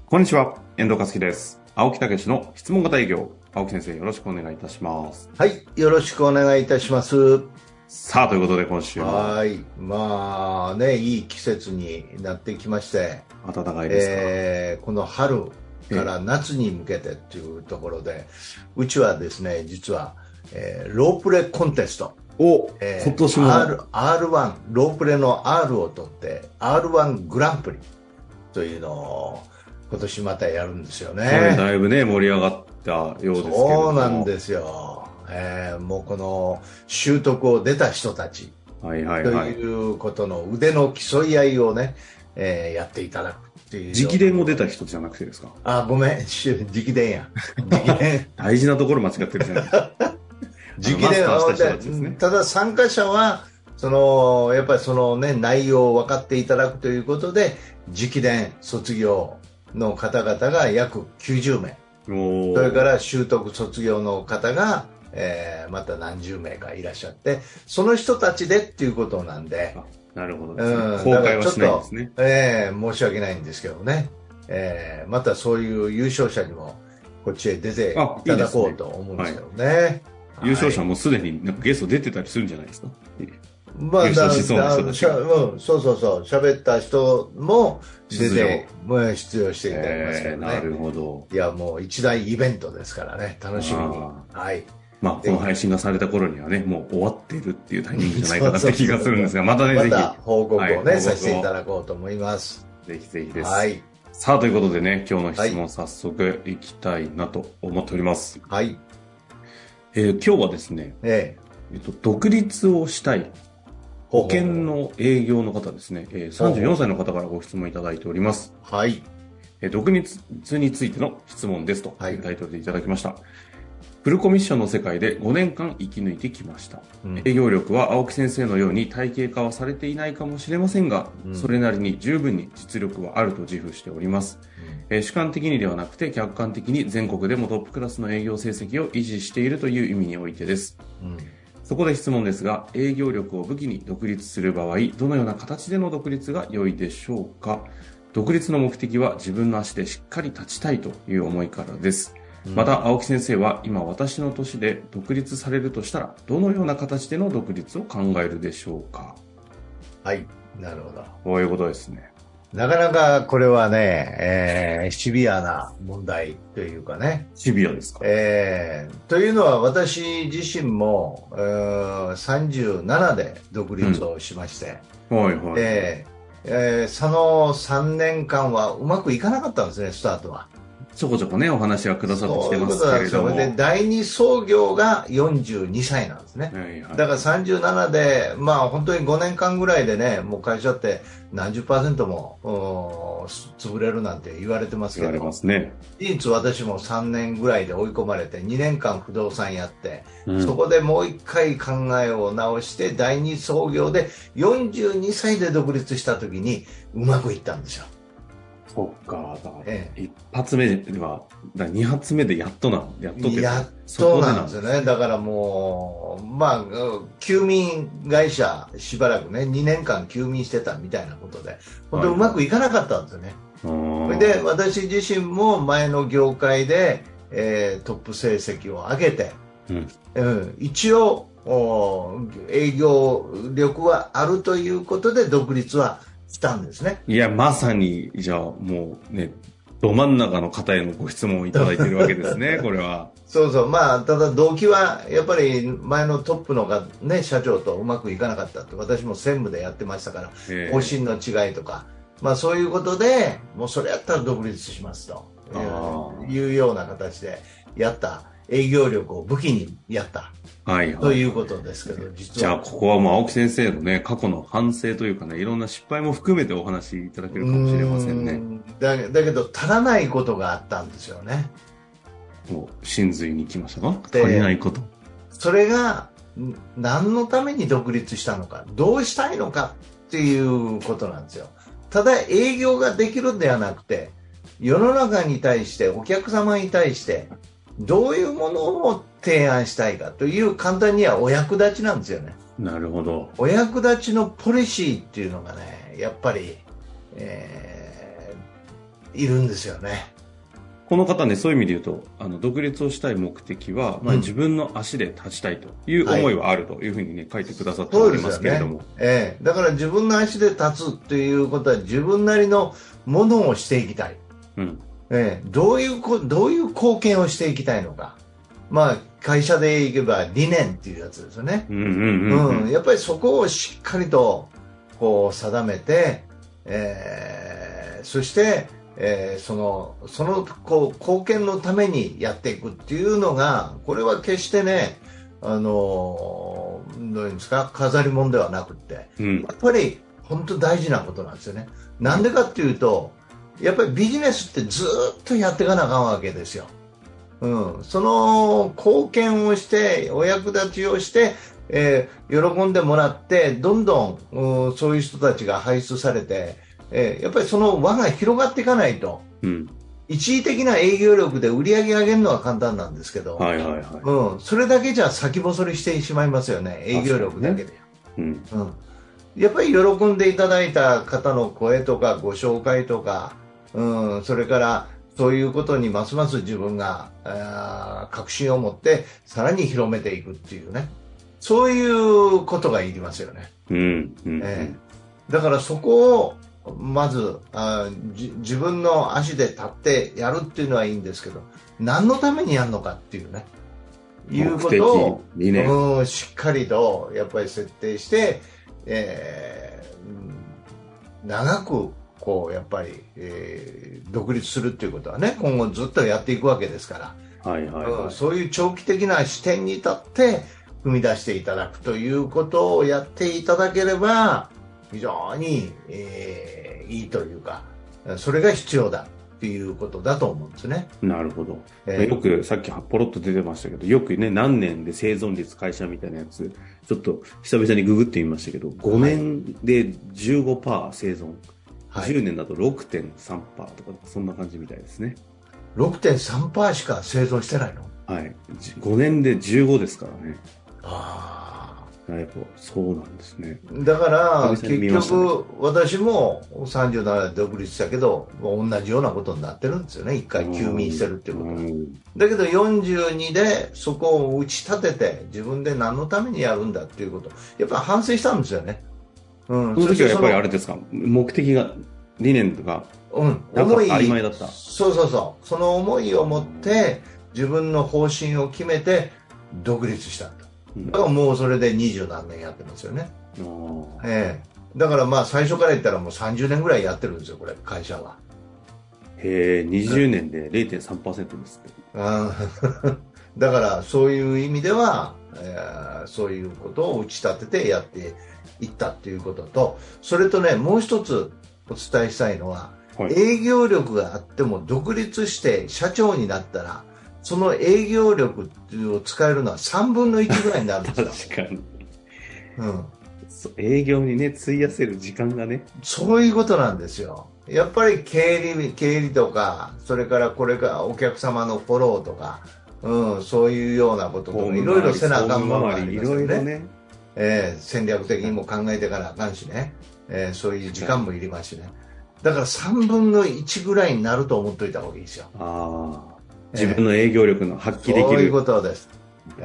こんにちは、遠藤和樹です。青木武の質問型営業。青木先生、よろしくお願いいたします。 はい、よろしくお願いいたします。 さあ、ということで今週も。 はい、まあね、いい季節になってきまして、 暖かいですか。 この春から夏に向けてっていうところで、うちはですね、実は、ロープレコンテスト。 今年も R1、ロープレの R を取って、R1 グランプリというのを今年またやるんですよね。 だいぶね、盛り上がったようですけども。 そうなんですよ。もうこの習得を出た人たちということの腕の競い合いをね、やっていただくっていう。 直伝を出た人じゃなくてですか？ あ、ごめん、直伝や。直伝。 大事なところ間違ってるじゃないですか。 直伝は、ただ参加者は、やっぱりそのね、内容を分かっていただくということで、直伝卒業の方々が約90名。それから習得卒業の方が、また何十名かいらっしゃって、その人たちでっていうことなんで。 なるほどですね。公開はしないんですね。 申し訳ないんですけどね。またそういう優勝者にもこっちへ出ていただこうと思うんですけどね。 優勝者もすでになんかゲスト出てたりするんじゃないですか？ まあ、優勝しそうな人たちが。そう喋った人も出て出場していただきますけどね。 なるほど。 いや、もう一大イベントですからね、楽しみに。はい。 まあ、この配信がされた頃にはね、もう終わっているっていうタイミングじゃないかなって気がするんですが、またね、ぜひ。 また報告をね、させていただこうと思います。 ぜひぜひです。 はい。 さあ、ということでね、今日の質問早速いきたいなと思っております。 はい。 今日はですね、独立をしたい保険の営業の方ですね、34歳の方からご質問いただいております。 はい。 独立についての質問ですというタイトルでいただきました。フルコミッションの世界で5年間生き抜いてきました。営業力は青木先生のように体系化はされていないかもしれませんが、それなりに十分に実力はあると自負しております。主観的にではなくて客観的に全国でもトップクラスの営業成績を維持しているという意味においてです。そこで質問ですが、営業力を武器に独立する場合、どのような形での独立が良いでしょうか？独立の目的は自分の足でしっかり立ちたいという思いからです。また、青木先生は今私の年で独立されるとしたら、どのような形での独立を考えるでしょうか？ はい、なるほど。 こういうことですね。 なかなかこれはね、シビアな問題というかね。 シビアですか？ というのは私自身も、37で独立をしまして、その3年間はうまくいかなかったんですね、スタートは。 ちょこちょこね、お話はくださってきてますけれども。 で、第二創業が42歳なんですね。だから37で、まあ本当に5年間ぐらいでね、もう会社って何十%も潰れるなんて言われてますけど。 言われますね。 事実私も3年ぐらいで追い込まれて、2年間不動産やって、そこでもう一回考えを直して、第二創業で42歳で独立した時にうまくいったんですよ。 そっか、だから一発目では、二発目でやっとなんですよね。だからもう、まあ、休眠会社しばらくね、2年間休眠してたみたいなことで、本当にうまくいかなかったんですよね。で、私自身も前の業界で、トップ成績を上げて、一応、営業力はあるということで独立はしたんですね。 いや、まさに、じゃあもうね、ど真ん中の方へのご質問をいただいているわけですね、これは。 まあ、ただ動機は、やっぱり前のトップのね、社長とうまくいかなかったって、私も専務でやってましたから、方針の違いとか、まあそういうことで、もうそれやったら独立しますというような形でやった、営業力を武器にやった。ということですけど、実は。 じゃあ、ここはもう青木先生のね、過去の反省というかね、いろんな失敗も含めてお話しいただけるかもしれませんね。 だけど、足らないことがあったんですよね。 もう、真髄に来ましたか？足りないこと。 それが、何のために独立したのか、どうしたいのかっていうことなんですよ。ただ、営業ができるんではなくて、世の中に対して、お客様に対して、どういうものを提案したいかという、簡単にはお役立ちなんですよね。 なるほど。 お役立ちのポリシーっていうのがね、やっぱり、 いるんですよね。 この方ね、そういう意味で言うと、独立をしたい目的は、自分の足で立ちたいという思いはあるというふうにね、書いてくださっておりますけれども。 だから自分の足で立つということは自分なりのものをしていきたい。どういう貢献をしていきたいのか。会社でいけば理念っていうやつですよね。やっぱりそこをしっかりとこう定めて、そしてそのこう貢献のためにやっていくっていうのが、これは決してね、どういうんですか、飾り物ではなくって、やっぱり本当大事なことなんですよね。なんでかっていうと、やっぱりビジネスってずっとやっていかなあかんわけですよ。その貢献をしてお役立ちをして、喜んでもらってどんどん、そういう人たちが輩出されて、やっぱりその輪が広がっていかないと、一時的な営業力で売り上げ上げるのは簡単なんですけど、それだけじゃ先細りしてしまいますよね、営業力だけで。やっぱり喜んでいただいた方の声とかご紹介とか、それからそういうことにますます自分が確信を持ってさらに広めていくっていうね、そういうことがいりますよね。だからそこをまず自分の足で立ってやるっていうのはいいんですけど、何のためにやるのかっていうね、いうことをしっかりとやっぱり設定して、長くこうやっぱり、独立するっていうことはね、今後ずっとやっていくわけですから、そういう長期的な視点に立って踏み出していただくということをやっていただければ非常に、いいというか、それが必要だっていうことだと思うんですね。 なるほど。よくさっきポロッと出てましたけど、よくね、何年で生存率会社みたいなやつ、ちょっと久々にググってみましたけど、5年で 15% 生存、10年だと 6.3% とか、そんな感じみたいですね。 6.3% しか生存してないの？ はい。5年で15ですからね。やっぱそうなんですね。 だから結局私も37で独立したけど同じようなことになってるんですよね。一回休眠してるっていうことは。だけど42でそこを打ち立てて自分で何のためにやるんだっていうことやっぱ反省したんですよね。 その時はやっぱりあれですか、目的が理念とかなんか曖昧だった。 そうその思いを持って自分の方針を決めて独立したと。だからもうそれで20何年やってますよね。だから最初から言ったらもう30年ぐらいやってるんですよ、これ会社は。 20年で 0.3% ですって。 だからそういう意味では、そういうことを打ち立ててやっていったっていうことと、それとね、もう一つお伝えしたいのは、営業力があっても独立して社長になったらその営業力を使えるのは3分の1ぐらいになるんですよ。 確かに。営業にね、費やせる時間がね。 そういうことなんですよ。やっぱり経理とか、それからこれからお客様のフォローとか、そういうようなこととか、いろいろせなあかんものがありますよね。戦略的にも考えていかなあかんしね、そういう時間もいりますしね。だから3分の1ぐらいになると思っておいた方がいいですよ。 自分の営業力の発揮できる。 そういうことです。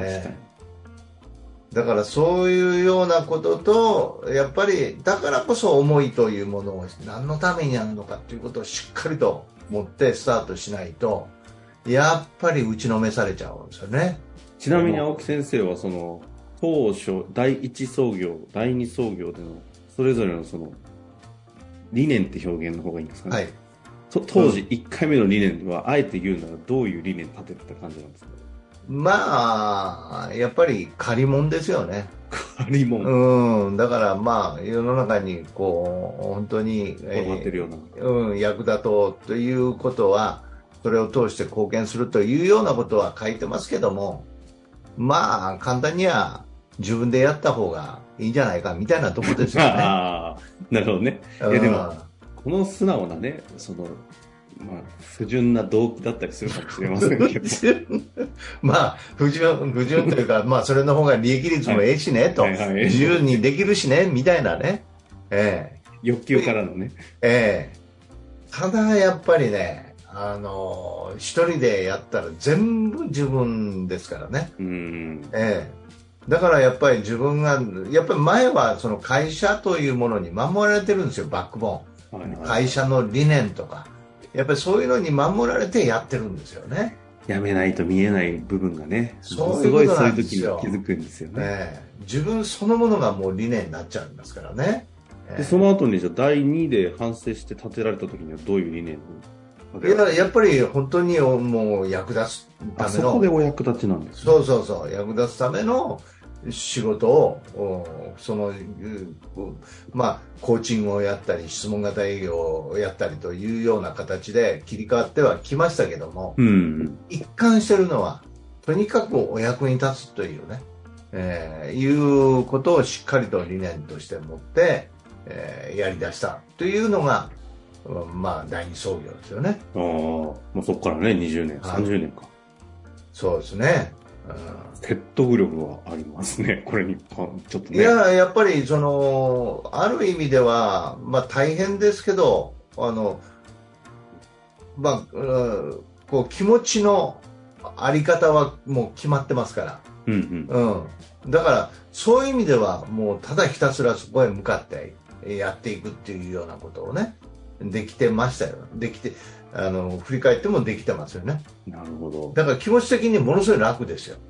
だからそういうようなことと、やっぱりだからこそ思いというものを何のためにやるのかということをしっかりと持ってスタートしないと、やっぱり打ちのめされちゃうんですよね。 ちなみに青木先生はその当初第一創業、第二創業でのそれぞれのその理念って表現の方がいいんですかね。当時1回目の理念はあえて言うならどういう理念立ててた感じなんですか？ やっぱり借り物ですよね。 借り物。 だから世の中にこう本当に、役立とうということはそれを通して貢献するというようなことは書いてますけども、簡単には自分でやった方がいいんじゃないかみたいなところですよね。 なるほどね。でもこの素直なね、不純な動機だったりするかもしれませんけど不純というか、それの方が利益率もええしね、と、自由にできるしねみたいなね、 欲求からのね、 ただやっぱりね、一人でやったら全部自分ですからね。だからやっぱり自分が、やっぱり前はその会社というものに守られてるんですよ、バックボーン。会社の理念とか。やっぱりそういうのに守られてやってるんですよね。 やめないと見えない部分がね、 そういうことなんですよ。 すごいそういう時に気づくんですよね。 自分そのものがもう理念になっちゃうんですからね。 でその後にじゃあ第2で反省して立てられた時にはどういう理念やっぱり本当にもう役立つための。 そこでお役立ちなんですね。そう役立つための仕事をコーチングをやったり質問型営業をやったりというような形で切り替わってはきましたけども、一貫してるのはとにかくお役に立つというね、いうことをしっかりと理念として持って、やり出したというのが、第二創業ですよね。 もうそこからね20年30年か。 そうですね。 説得力はありますね、これにちょっとね。 やっぱりある意味では、大変ですけど、気持ちのあり方はもう決まってますから、だからそういう意味ではもうただひたすらそこへ向かってやっていくっていうようなことをね、できてましたよ。振り返ってもできてますよね。 なるほど。 だから気持ち的にものすごい楽ですよ。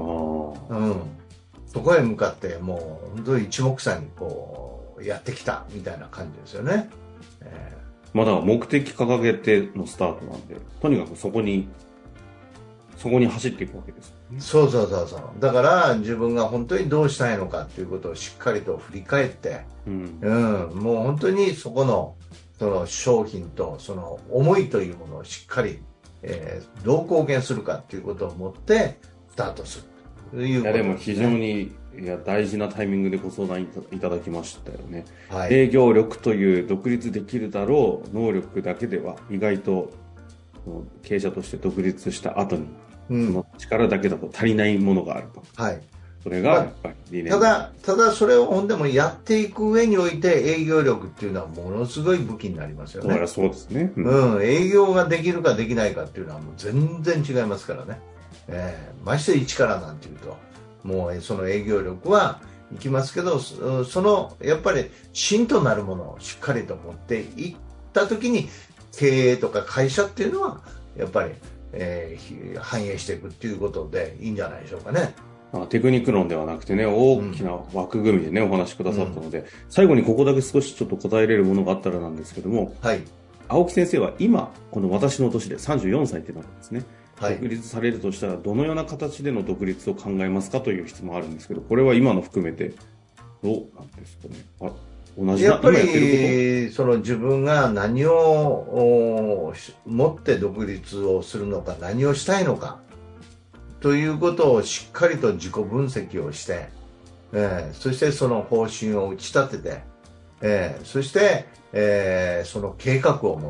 そこへ向かってもう本当に一目散にこうやってきたみたいな感じですよね。 だから目的掲げてのスタートなんで、とにかくそこに走っていくわけですよね。 そうだから自分が本当にどうしたいのかっていうことをしっかりと振り返って、もう本当にそこのその商品とその思いというものをしっかり、どう貢献するかということを持ってスタートするということですね。 でも非常に大事なタイミングでご相談いただきましたよね。営業力という独立できるだろう能力だけでは意外と経営者として独立した後に、その力だけだと足りないものがあると。それがやっぱり理念。 ただそれをほんでもやっていく上において営業力っていうのはものすごい武器になりますよね。 そうですね。 営業ができるかできないかっていうのはもう全然違いますからね。まして一からなんていうともうその営業力はいきますけど、そのやっぱり芯となるものをしっかりと持っていった時に経営とか会社っていうのはやっぱり、反映していくっていうことでいいんじゃないでしょうかね。 テクニック論ではなくてね、大きな枠組みでね、お話しくださったので、最後にここだけ少しちょっと答えれるものがあったらなんですけども、青木先生は今この私の年で34歳ってなるんですね。独立されるとしたらどのような形での独立を考えますかという質問あるんですけど、これは今の含めてどうなんですかね。同じやっぱりその自分が何を持って独立をするのか、何をしたいのかということをしっかりと自己分析をして、そしてその方針を打ち立てて、そして、その計画を持って、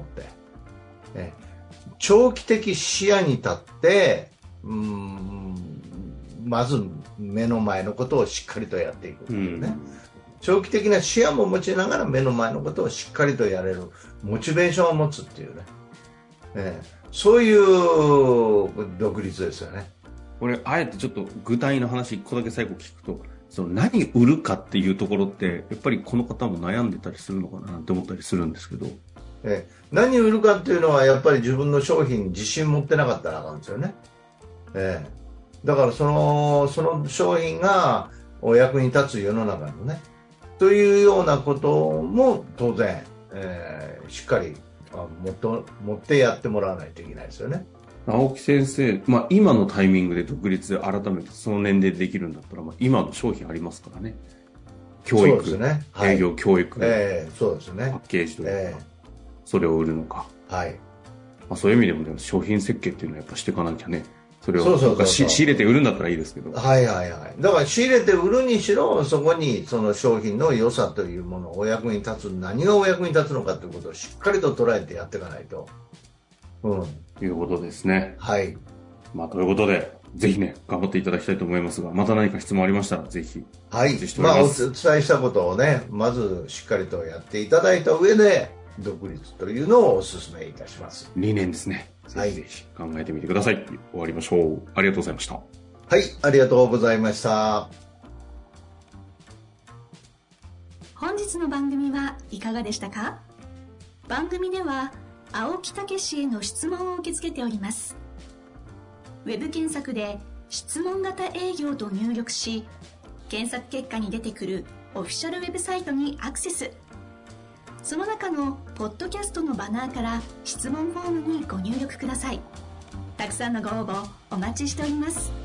長期的視野に立ってまず目の前のことをしっかりとやっていくっていうね、長期的な視野も持ちながら目の前のことをしっかりとやれるモチベーションを持つっていうね、そういう独立ですよね。 これあえてちょっと具体の話1個だけ最後聞くと、その何売るかっていうところってやっぱりこの方も悩んでたりするのかなって思ったりするんですけど、 何売るかっていうのはやっぱり自分の商品に自信持ってなかったらあかんですよね。だからその商品がお役に立つ世の中のねというようなことも当然、しっかり持ってやってもらわないといけないですよね。 青木先生、今のタイミングで独立で改めてその年齢でできるんだったら、今の商品ありますからね。教育、 そうですね、 営業教育、 そうですね、 パッケージというか、それを売るのか、そういう意味でも商品設計っていうのはやっぱしていかなきゃね。それを仕入れて売るんだったらいいですけど、だから仕入れて売るにしろそこにその商品の良さというものをお役に立つ、何がお役に立つのかということをしっかりと捉えてやっていかないと、 いうことですね。 ということでぜひね頑張っていただきたいと思いますが、また何か質問ありましたらぜひお伝えしたことをねまずしっかりとやっていただいた上で、 独立というのをお勧めいたします。 理念ですね。ぜひぜひ考えてみてください。終わりましょう。ありがとうございました。 はい、ありがとうございました。 本日の番組はいかがでしたか？番組では青木武への質問を受け付けております。ウェブ検索で質問型営業と入力し、検索結果に出てくるオフィシャルウェブサイトにアクセス。その中のポッドキャストのバナーから質問フォームにご入力ください。たくさんのご応募お待ちしております。